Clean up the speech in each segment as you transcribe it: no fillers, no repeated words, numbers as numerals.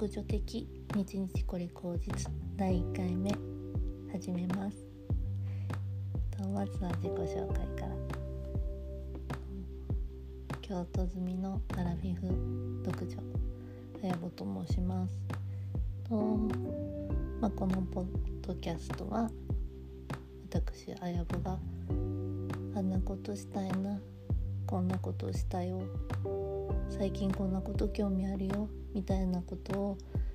独女的日々これ口実第1回目始めます。まずは自己紹介から。京都住みのアラフィフ独女あやぼと申します。このポッドキャストは私あやぼがあんなことしたいな、こんなことしたよ、最近こんなこと興味あるよみたいなことを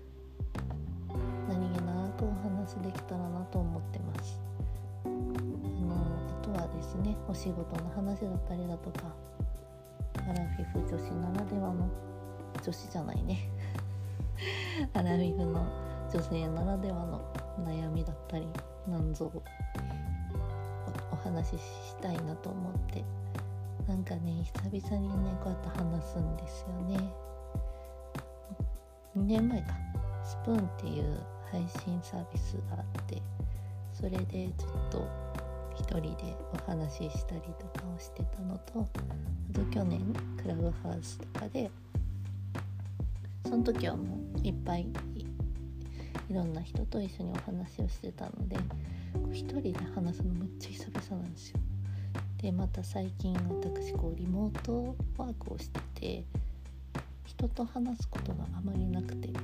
何気なくお話できたらなと思ってます。あとはですね、お仕事の話だったりだとか、アラフィフ女子ならではの女子じゃないねアラフィフの女性ならではの悩みだったりなんぞをお話ししたいなと思って、なんかね久々にねこうやって話すんですよね。2年前かスプーンっていう配信サービスがあって、それでちょっと一人でお話ししたりとかをしてたのと、あと去年クラブハウスとかで、その時はもういっぱいいろんな人と一緒にお話をしてたので、一人で話すのめっちゃ久々なんですよ。でまた最近私リモートワークをしてて、人と話すことがあまりなくて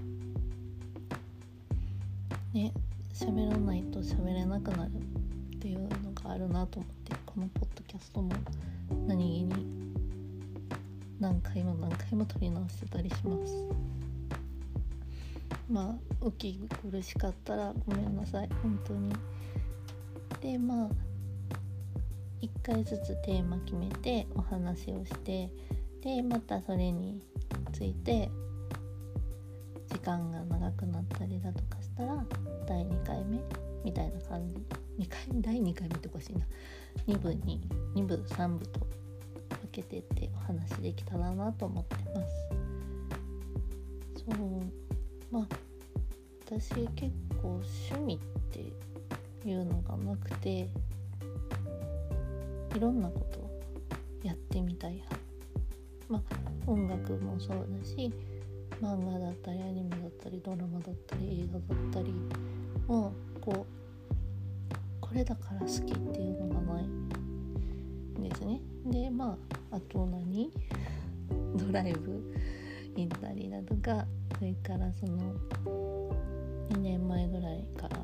ね、喋らないと喋れなくなるっていうのがあるなと思って、このポッドキャストも何気に何回も撮り直してたりします。お聞き苦しかったらごめんなさい本当に。で1回ずつテーマ決めてお話をして、でまたそれについて時間が長くなったりだとかしたら第2回目みたいな感じ、第2回目っておかしいな、2部3部と分けてってお話できたらなと思ってます。私結構趣味っていうのがなくて、いろんなことをやってみたい派。音楽もそうだし、漫画だったりアニメだったりドラマだったり映画だったりをこれだから好きっていうのがないんですね。であとドライブ行ったりだとか、それからその2年前ぐらいから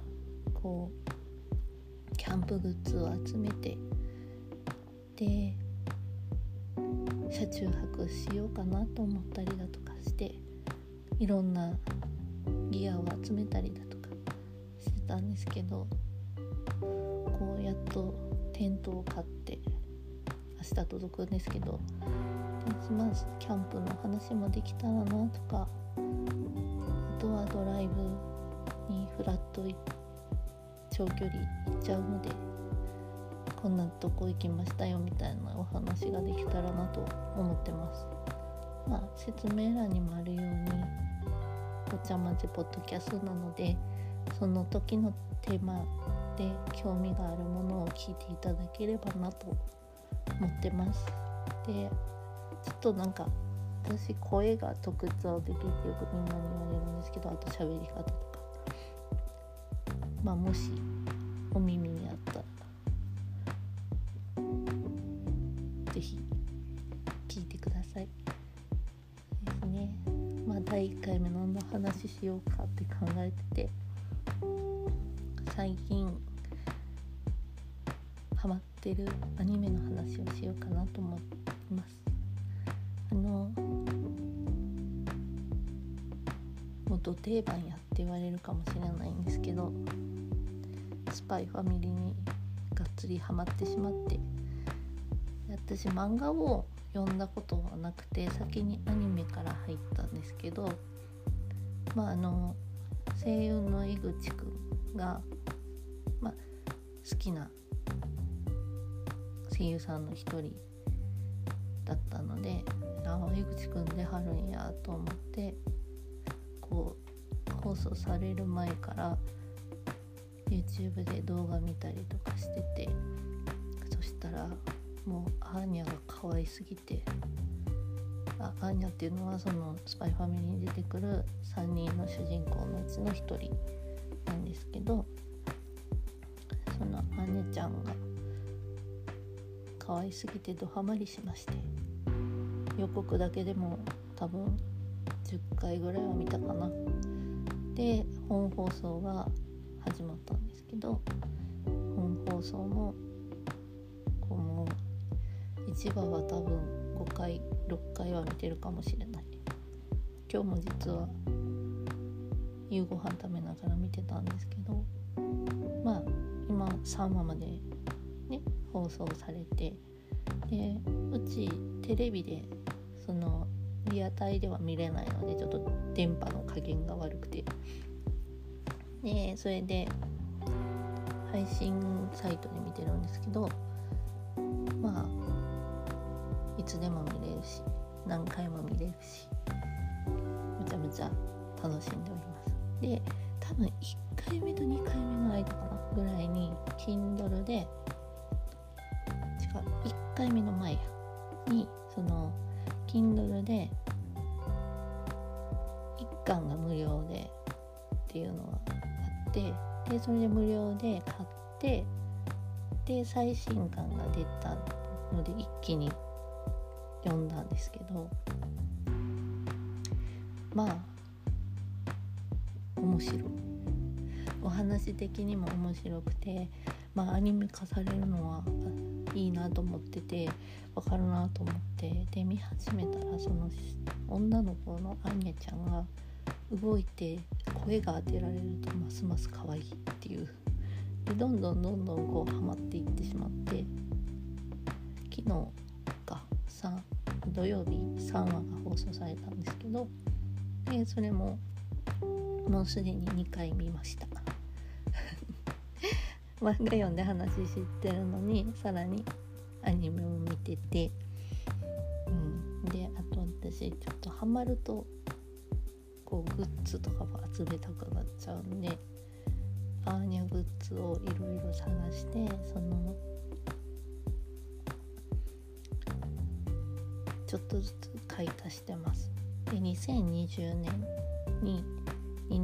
キャンプグッズを集めて、で車中泊しようかなと思ったりだとかして、いろんなギアを集めたりだとかしてたんですけど、やっとテントを買って明日届くんですけど、まずキャンプの話もできたらなとか、あとはドライブにフラット長距離行っちゃうので、こんなとこ行きましたよみたいなお話ができたらなと思ってます。説明欄にもあるようにごちゃ混ぜポッドキャストなので、その時のテーマで興味があるものを聞いていただければなと思ってます。でちょっと私声が特徴的ってよくみんなに言われるんですけど、あと喋り方とかもしお耳にあったらぜひ聞いてくださいですね。第1回目何の話しようかって考えてて、最近ハマってるアニメの話をしようかなと思います。もうど定番やって言われるかもしれないんですけど、スパイファミリーにがっつりハマってしまって、私漫画を読んだことはなくて先にアニメから入ったんですけど、声優の江口くんが、好きな声優さんの一人だったので、江口くんではるんやと思って、放送される前から YouTube で動画見たりとかしてて、そしたらもうアーニャが可愛すぎてアーニャっていうのはそのスパイファミリーに出てくる3人の主人公のうちの1人なんですけど、そのアーニャちゃんが可愛すぎてドハマりしまして、予告だけでも多分10回ぐらいは見たかな。で本放送が始まったんですけど、本放送もこうもう1話は多分5回6回は見てるかもしれない。今日も実は夕ご飯食べながら見てたんですけど、まあ今3話までね放送されて、でうちテレビでそのリアタイでは見れないので、ちょっと電波の加減が悪くて、でそれで配信サイトで見てるんですけど、まあいつでも見れるし何回も見れるしむちゃむちゃ楽しんでおります。で多分1回目と2回目の間かなぐらいに Kindle で、違う1回目の前やにその Kindle で1巻が無料でっていうのがあって、でそれで無料で買って、で最新巻が出たので一気に読んだんですけど、まあ面白い、お話的にも面白くて、まあアニメ化されるのはいいなと思ってて、わかるなと思って、で見始めたらその女の子のアンニャちゃんが動いて声が当てられるとますます可愛いっていう、でどんどんこうハマっていってしまって、昨日か土曜日3話が放送されたんですけど、でそれももうすでに2回見ました漫画読んで話知ってるのにさらにアニメも見てて、であと私ちょっとハマるとこうグッズとかも集めたくなっちゃうんで、アーニャグッズをいろいろ探して、そのちょっとずつ買い足してます。で2020年に2020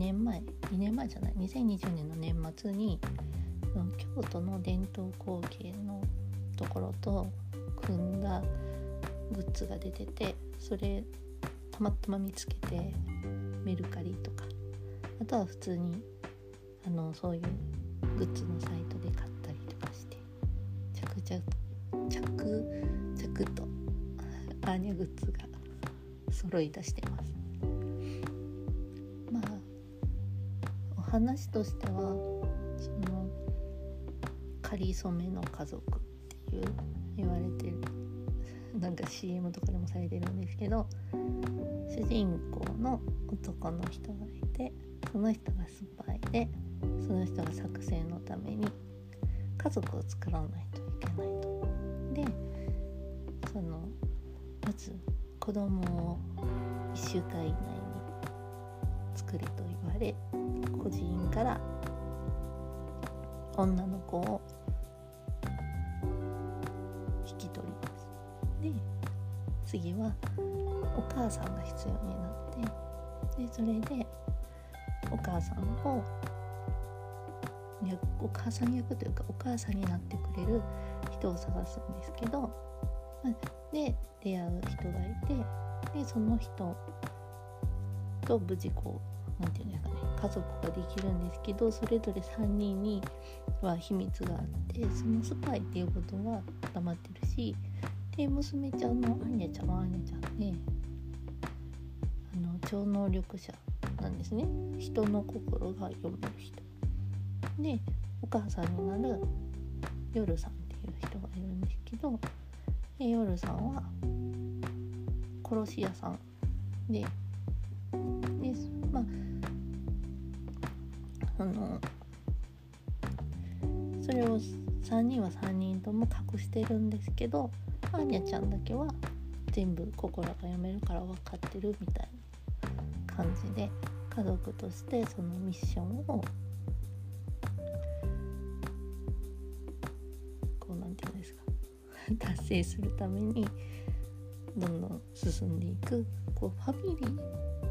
年の年末に京都の伝統工芸のところと組んだグッズが出てて、それたまたま見つけてメルカリとか、あとは普通にそういうグッズのサイトで買ったりとかして、着々とアーニャグッズが揃い出してます。まあお話としてはそのかりそめの家族っていう言われてる、なんか CM とかでもされてるんですけど、主人公の男の人がいて、その人がスパイで、その人が作戦のために家族を作らないといけないと。でそのまず子供を1週間以内に作れと言われ、孤児院から女の子を引き取ります。で次はお母さんが必要になって、でそれでお母さん役というかお母さんになってくれる人を探すんですけど、で出会う人がいて、でその人と無事こうなんていうんですかね、家族ができるんですけど、それぞれ3人には秘密があって、そのスパイっていうことは黙ってるし、で娘ちゃんのアーニャちゃんはアーニャちゃんで超能力者なんですね。人の心が読める人で、お母さんになる夜さんっていう人がいるんですけど、で夜さんは殺し屋さんで、まあそれを3人は3人とも隠してるんですけど、アーニャちゃんだけは全部心が読めるから分かってるみたいな感じで、家族としてそのミッションをこうなんていうんですか達成するためにどんどん進んでいくこうファミリー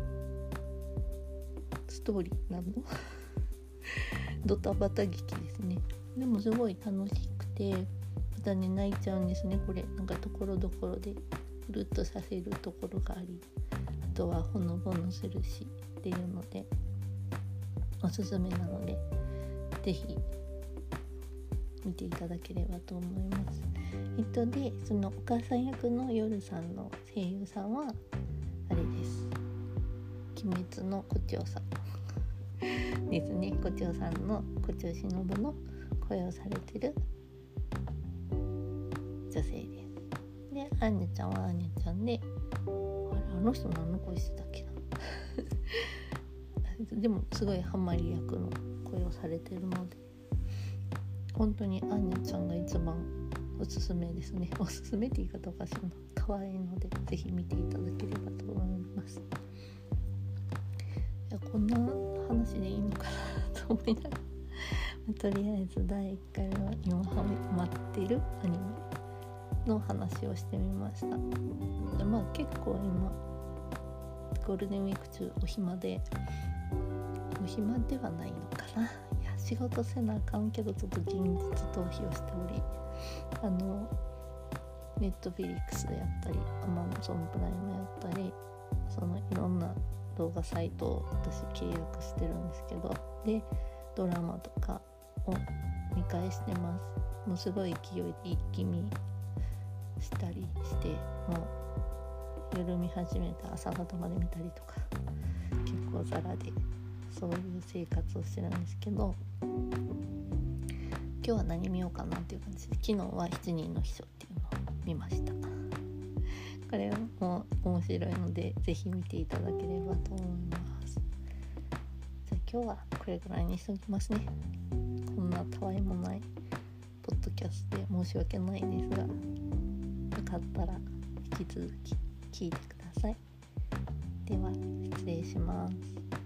ストーリーなのドタバタ劇ですね。でもすごい楽しくて、またね泣いちゃうんですね。これなんかところどころでうるっとさせるところがあり、あとはほのぼのするしっていうのでおすすめなので、ぜひ見ていただければと思います。でそのお母さん役の夜さんの声優さんはあれです、鬼滅の胡蝶さんですね。胡蝶さんの胡蝶忍の声をされてる女性です。でアーニャちゃんはアーニャちゃんで、あの人何の声してたっけなでもすごいハマり役の声をされてるので、本当にアーニャちゃんが一番おすすめですね。おすすめって言い方おかしいな、可愛いのでぜひ見ていただければと思います。いやこんな話でいいのかなと思いながらとりあえず第1回は今ハマってるアニメの話をしてみました。で結構今ゴールデンウィーク中お暇ではないのかな。いや仕事せなあかんけどちょっと現実逃避をしており、ネットフィリックスでやったりアマゾンプライムやったり、そのいろんな動画サイトを私契約してるんですけど、でドラマとかを見返してます。もうすごい勢いで一気見したりして、もう夜見始めた朝方まで見たりとか結構ザラでそういう生活をしてるんですけど、今日は何見ようかなっていう感じで、昨日は7人の秘書っていうのを見ました。これも面白いのでぜひ見ていただければと思います。じゃあ今日はこれぐらいにしておきますね。こんなたわいもないポッドキャストで申し訳ないですが、よかったら引き続き聞いてください。では失礼します。